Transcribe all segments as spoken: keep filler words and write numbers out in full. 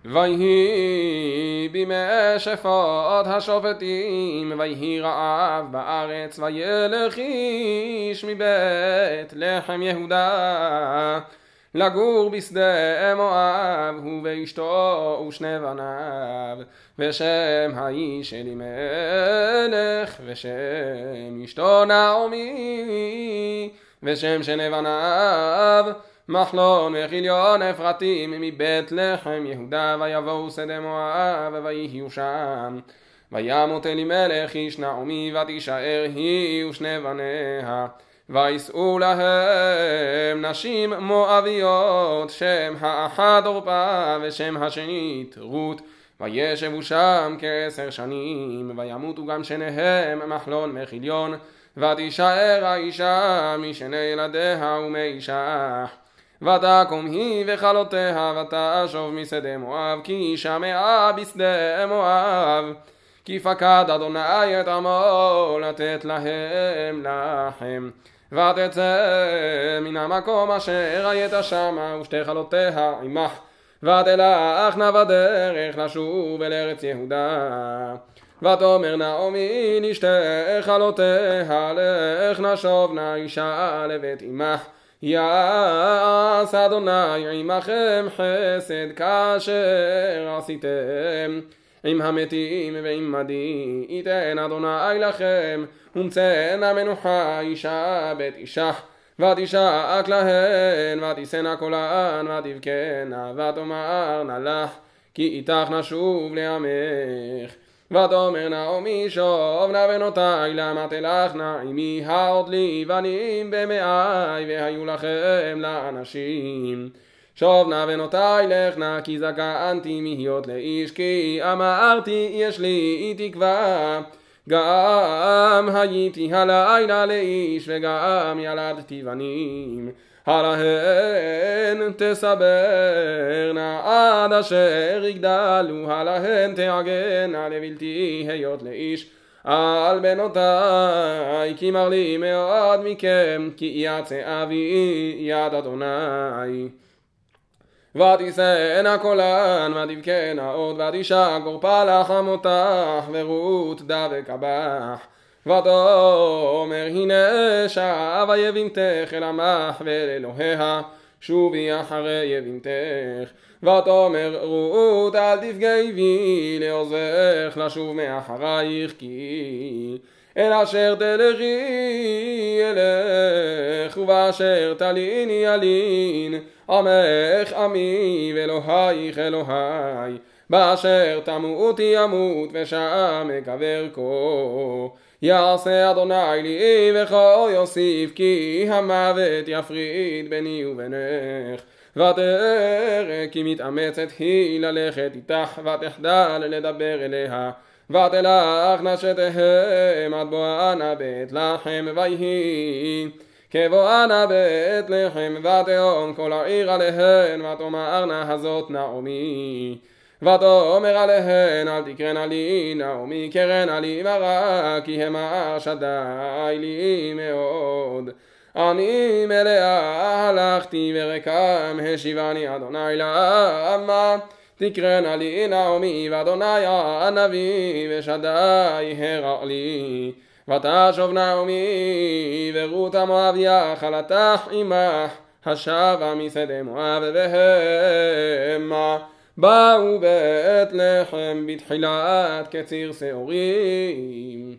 ויהי בימי שפט השופטים, ויהי רעב בארץ, וילך איש מבית לחם יהודה לגור בשדה מואב, הוא ואשתו ושני בניו, ושם האיש אלימלך, ושם אשתו נעמי, ושם שני בניו מחלון וכיליון אפרתים מבית לחם יהודה. ויבואו שדה מואב ויהיו שם, וימות אלימלך איש נעמי, ותישאר היא ושני בניה, וישאו להם נשים מואביות, שם האחד עורפה ושם השנית רות, וישבו שם כעשר שנים. וימותו גם שניהם מחלון וכיליון, ותישאר האישה משני ילדיה ומאישה. ותקום היא וכלותיה, ותשוב משדה מואב, כי היא שמעה בשדה מואב, כי פקד אדוני את עמו לתת להם לחם. ותצא מן המקום אשר הייתה שמה, ושתי כלותיה עמך, ותלכנה בדרך לשוב אל ארץ יהודה. ותאמר נעמי לשתי כלותיה, לכנה שובנה אישה לבית אמך, יעש אדוני עמכם חסד כאשר עשיתם עם המתים ועם מדי, ייתן אדוני לכם, ומצאנה מנוחה אישה בית אישה, ותשק להן, ותישאנה קולן, ותבכנה, ותאמרנה לך, כי איתך נשוב לעמך. ותאמר נעמי שובנה בנותי, למה תלכנה עמי, העוד לי בנים במאי, והיו לכם לאנשים. שובנה בנותי לכנה, כי זקנתי מהיות לאיש, כי אמרתי יש לי תקווה, גם הייתי הלילה לאיש, וגם ילדתי בנים. הלהן תסברנה עד אשר יגדלו, הלהן תעגנה לבלתי היות לאיש על בנותי, כי מר לי מאוד מכם, כי יצא אבי יד אדוני. ותישאנה קולן, ותבכנה עוד, ותשק עורפה לחמותך, ורות דבק בך. ותאמר הנה שבה יבימתך אל עמך ואל אלוהיה, שובי אחרי יבימתך. ותאמר רות אל תפגעי בי לעוזך לשוב מאחרייך, כי אל אשר תלכי אלך, ובאשר תליני ילין, עמך עמי ואלוהיך אלוהי. באשר תמותי ימות, ושם אקבר כה. יעשה אדוני לי וכה יוסיף, כי המוות יפריד ביני ובינך. ותראה כי מתאמצת היא ללכת איתך, ותחדל לדבר אליה. ותלך נשתיהם עד בואנה בית לחם, ויהי כבואנה בית לחם, ותהום כל העיר עליהן, ותאמרנה הזאת נעמי. ותאמר עליהן אל תקרנה לי נעמי, קרנה לי מרה, כי המר שדי לי מאוד. אני מלאה הלכתי ורקם השיבני אדוני, למה תקרנה לי נעמי, ואדוני הנביא ושדי הרע לי. ותשוב נעמי ורות המואביה חלתך עמך, השבה משדה מואב, והמה באו בית לחם בתחילת קציר שעורים.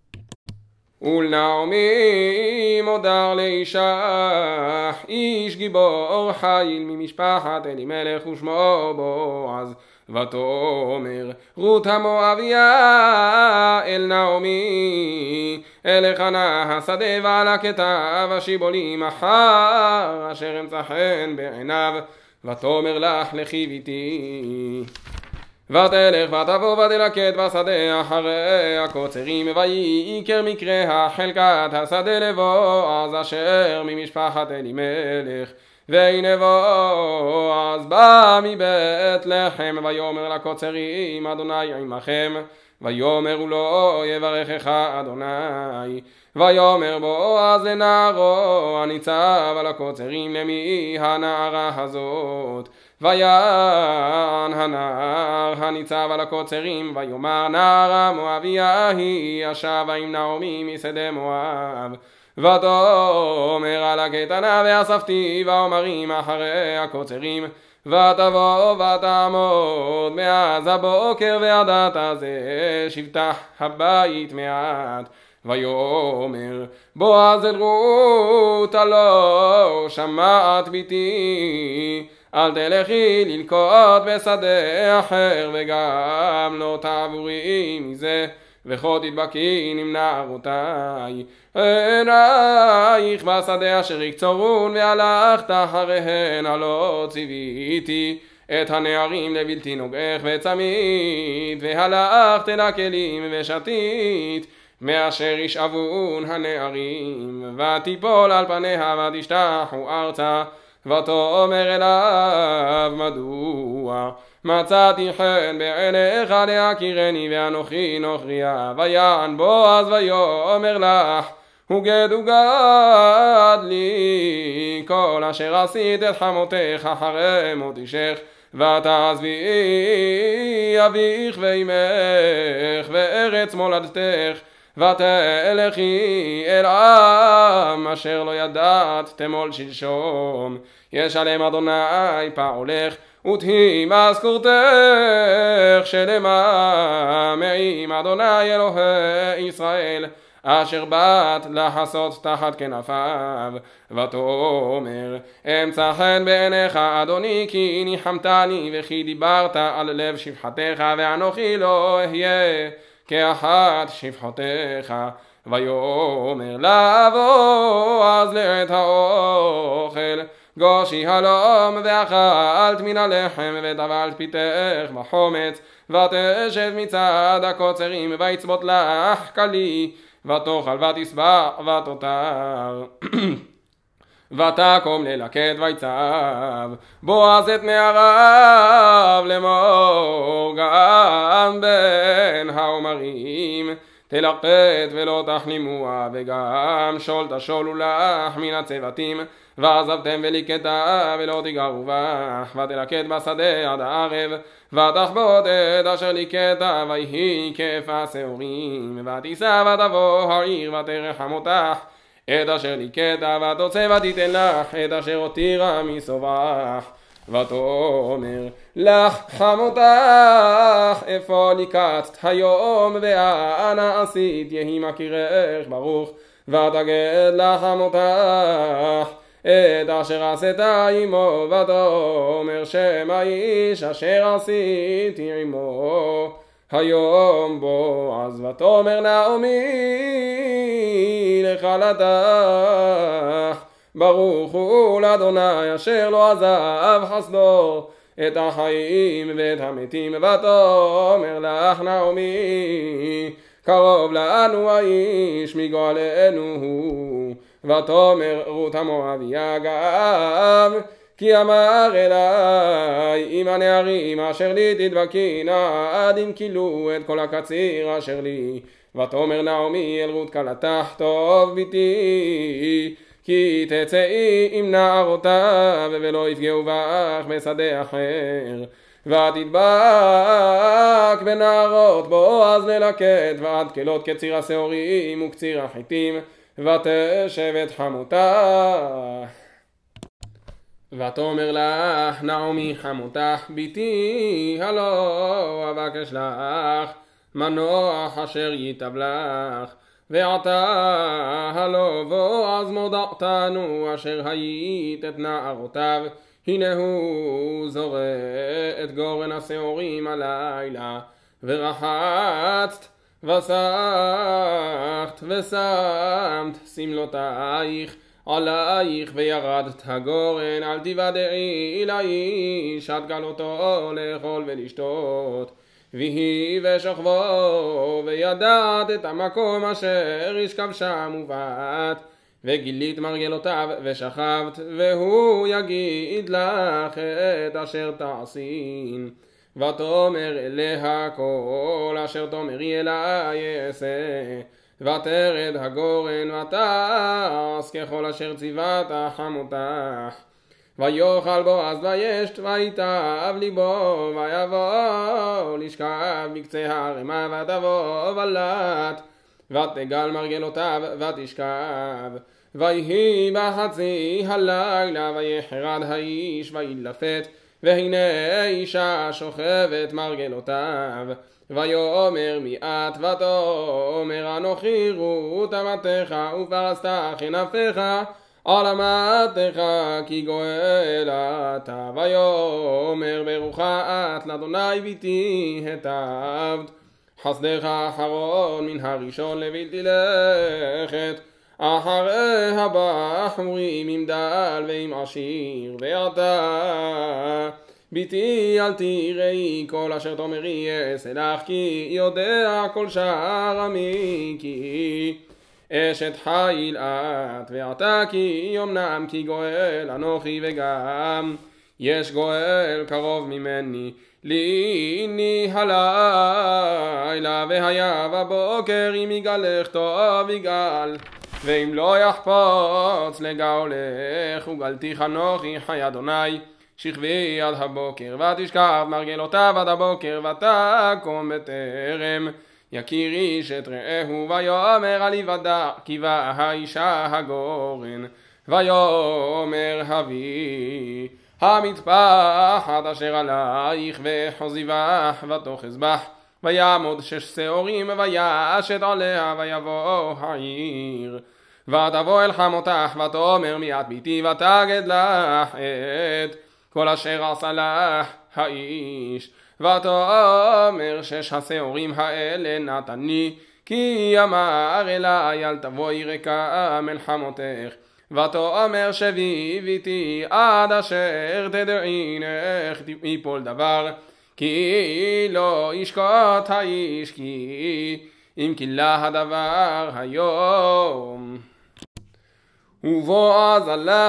ולנעמי מודר לאישה, איש גיבור חיל ממשפחת אלימלך ושמו בועז. ותאמר רות המואביה אל נעמי, אלך נא השדה והלקטה, ושיבולי מחר אשר אמצא חן בעיניו. ותאמר לך לכי ביתי. ותלך ותבוא ותלקט בשדה אחרי הקוצרים, ויקר מקרה חלקת השדה לבועז אשר ממשפחת אלימלך. והנה בועז בא מבית לחם, ויאמר לקוצרים אדוני עמכם, ויאמרו לו יברכך אדוני. ויאמר בועז לנערו הניצב על הקוצרים, למי הנערה הזאת? ויען הנער הניצב על הקוצרים, ויאמר נער המואביה היא השבה עם נעמי משדה מואב. ותאמר על הקטנה ואספתי ואומרים אחרי הקוצרים, ותבוא ותעמוד מאז הבוקר ועד עתה זה שבטה הבית מעט. ויאמר בועז אל רות הלא שמעת ביתי, אל תלכי ללקוט בשדה אחר וגם לא תעבורי מזה, וכה תדבקי עם נערותי. עינייך בשדה אשר יקצרון והלכת אחריהן, הלא ציוויתי את הנערים לבלתי נוגעך וצמית, והלכת אל הכלים ושתית מאשר ישאבון הנערים. ותיפול על פניה ותשתחו ארצה, ותאמר אליו מדוע מצאתי חן בעיניך להכירני ואנוכי נוכריה. ויען בועז ויאמר לך הוגד הוגד לי כל אשר עשית את חמותך אחרי מות אישך, ותעזבי אביך ואימך וארץ מולדתך, ותלכי אל עם אשר לא ידעת תמול שלשום. ישלם אדוני פעולך ותהי משכורתך שלמה מעם אדוני אלוהי ישראל אשר באת לחסות תחת כנפיו. ותאמר אמצא חן בעיניך אדוני כי ניחמתני וכי דיברת על לב שפחתך, ואנוכי לא אהיה כאחת שפחותיך. ויאמר לבוא אז לעת האוכל גושי הלום ואכלת מן הלחם וטבלת פיתך בחומץ, ותשב מצד הקוצרים ויצבות לך כלי, ותאכל ותשבע ותותר. ותקום ללקט ויצב בועז את נעריו לאמור גם בין האומרים תלקט ולא תחנימוה, וגם שול תשולו לך מן הצוותים, ועזבתם וליקטה ולא תגערו בך, ותלקט בשדה עד הערב, ותחבוט את אשר ליקטה ויהי כיפה שעורים, ותיסע ותבוא העיר ותרחם אותך את אשר ליקטה, ותוצא ותיתן לך את אשר הותירה מסובך. ותאמר לך חמותך איפה ליקטת היום ואנה עשית, יהי מכירך ברוך, ותגד לך חמותך את אשר עשית עמו, ותאמר שם האיש אשר עשיתי עמו היום בועז. ותאמר נעמי לכלתך ברוך הוא לאדוני אשר לא עזב חסדו את החיים ואת המתים. ותאמר לך נעמי קרוב לנו האיש מגואלנו הוא. ותאמר רות המואביה גם כי אמר אלי עם הנערים אשר לי תדבקינה עד אם כילו את כל הקציר אשר לי. ותאמר נעמי אל רות כלתך טוב ביתי כי תצאי עם נערותיו ולא יפגעו בך בשדה אחר. ותדבק בנערות בועז ללקט ועד כלות קציר השעורים וקציר החיטים, ותשב את חמותה. ותאמר לך נעמי חמותך ביתי הלא אבקש לך מנוח אשר ייטב לך, ועתה הלא בועז מודעתנו אשר היית את נערותיו, הנה הוא זורע את גורן השעורים הלילה, ורחצת וסחת ושמת סמלותייך עלייך, וירדת הגורן אל תוודעי לאיש עד גלותו לאכול ולשתות. ויהי ושוכבו וידעת את המקום אשר ישכב שם ובאת, וגילית מרגלותיו ושכבת, והוא יגיד לך את אשר תעשין. ותאמר אליה כל אשר תאמרי אלי אעשה, ותרד הגורן ותעש ככל אשר ציוות חמותך. ויאכל בועז וישת ויטב ליבו ויבוא לשכב בקצה הערמה ותבוא ולט ותגל מרגלותיו ותשכב ויהי בחצי הלילה ויחרד האיש וילפת והנה אישה שוכבת מרגלותיו ויאמר מיעט ותאמר אנוכי רות אמתך ופרסת כנפיך על אמתך כי גואל אתה ויאמר ברוכה את לאדוני ביתי היטבת חסדך אחרון מן הראשון לבלתי לכת אחרי הבחורים עם דל ועם עשיר ועתה ביתי אל תראי כל אשר תאמרי אעשה לך כי יודע כל שער עמי כי אשת חיל את ועתה כי אמנם כי גואל אנוכי וגם יש גואל קרוב ממני ליני הלילה והיה בבוקר אם יגלך טוב יגל ואם לא יחפוץ לגאולך וגלתיך אנוכי חי אדוני שכבי עד הבוקר ותשכב מרגלותיו עד הבוקר ותקום בטרם יכיר איש את רעהו ויאמר על היוודע כי באה האישה הגורן ויאמר הביא המטפחת אשר עלייך וחוזיבך ותאחז בך ויעמוד שש שעורים וישת עליה ויבוא העיר ותבוא אל חמותך ותאמר מיעט ביתי ותגד לך את כל אשר עשה לך האיש ותאמר שש השעורים האלה נתני כי אמר אלי אל תבואי ריקה מלחמותך ותאמר שבי ביתי עד אשר תדעינך יפול דבר כי לא ישקוט האיש כי אם כלה הדבר היום ובועז עלה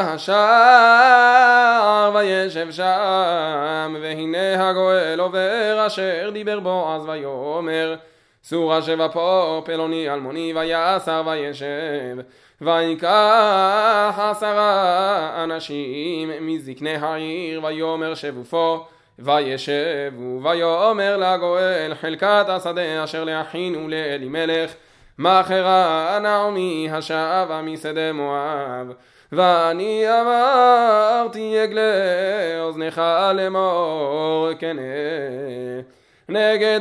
השער וישב שם והנה הגואל עובר אשר דיבר בועז ויאמר סורה שבע פה פלוני אלמוני ויעשר וישב ויקח עשרה אנשים מזקני העיר ויאמר שבו פה וישבו ויאמר לגואל חלקת השדה אשר להכינו לאלימלך מאחרה נעמי השבה משדה מואב ואני אמרתי יגלה אוזנך לאמור כנה נגד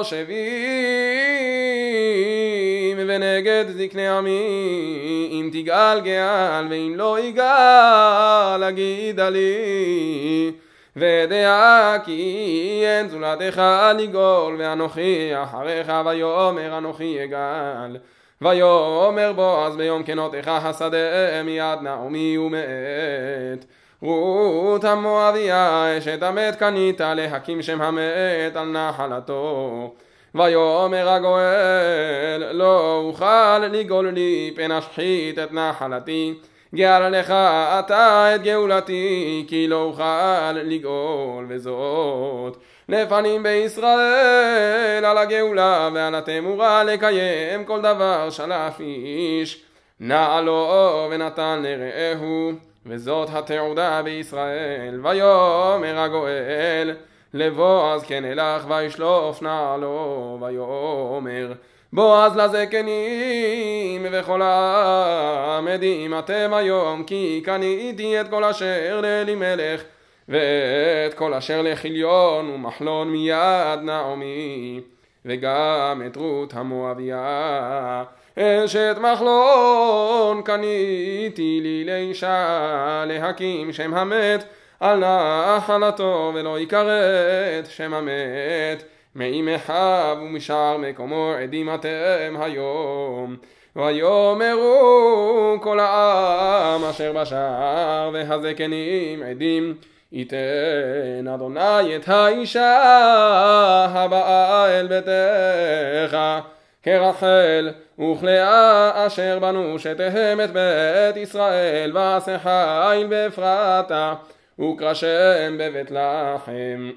היושבים ונגד זקני עמי אם תגאל גאל ואם לא יגאל אגידה לי ודעה כי אין זולתך לגאול ואנוכי אחריך ויאמר אנוכי יגאל ויאמר בועז ביום כנותך השדה מיד נעמי ומאת רות המואביה אשת המת קנית להקים שם המת על נחלתו ויאמר הגואל לא אוכל לגאול לי פן אשחית את נחלתי גאל לך אתה את גאולתי כי לא אוכל לגאול וזאת לפנים בישראל על הגאולה ועל התמורה לקיים כל דבר שלף איש נעלו ונתן לרעהו וזאת התעודה בישראל ויאמר הגואל לבועז כן אלך וישלוף נעלו ויאמר בועז לזקנים וכל העמדים אתם היום כי קניתי את כל אשר לאלימלך ואת כל אשר לחיליון ומחלון מיד נעמי וגם את רות המואביה אשת מחלון קניתי לי לאישה להקים שם המת על נחלתו ולא יכרת שם המת מאימך ומשאר מקומו עדים אתם היום ויאמרו כל העם אשר בשער והזקנים עדים ייתן אדוני את האישה הבאה אל ביתך כרחל וכלאה אשר בנו שתהם את בית ישראל ועשה חיל באפרתה וקרשם בבית לחם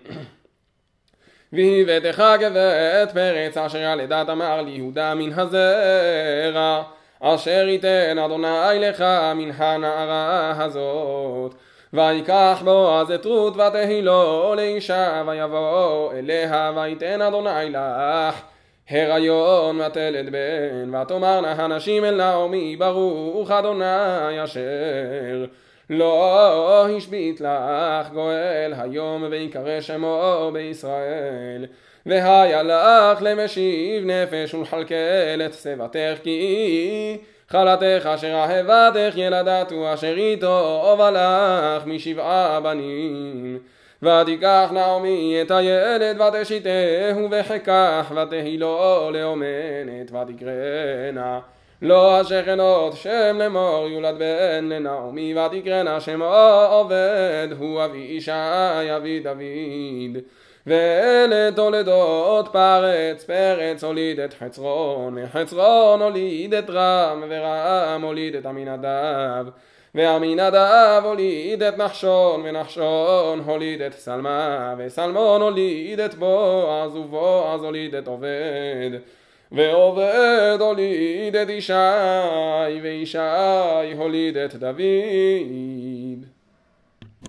והבאתך גבעת פרץ אשר על עדת אמר ליהודה מן הזרע אשר ייתן אדוני לך מן הנערה הזאת ויקח בועז את רות ותהי לו לאישה ויבוא אליה ויתן אדוני לך הריון ותלד בן ותאמרנה הנשים אל נעמי ברוך אדוני אשר לא השבית לך גואל היום ויקרא שמו בישראל והיה לך למשיב נפש ולכלכל את שיבתך כי חלתך אשר אהבתך ילדתו אשר איתו לך משבעה בנים ותיקח נעמי את הילד ותשיתהו בחיקך ותהי לו לאומנת ותקרנה לא השכנות שם לאמור יולד בן לנעמי ותקרנה שמו עובד הוא אבי ישי אבי דוד ואלה תולדות פרץ פרץ הוליד את חצרון וחצרון הוליד את רם ורם הוליד את עמינדב ועמינדב הוליד את נחשון ונחשון הוליד את סלמה וסלמון הוליד את בועז ובועז הוליד את עובד ועובד הוליד את ישי וישי הוליד את דוד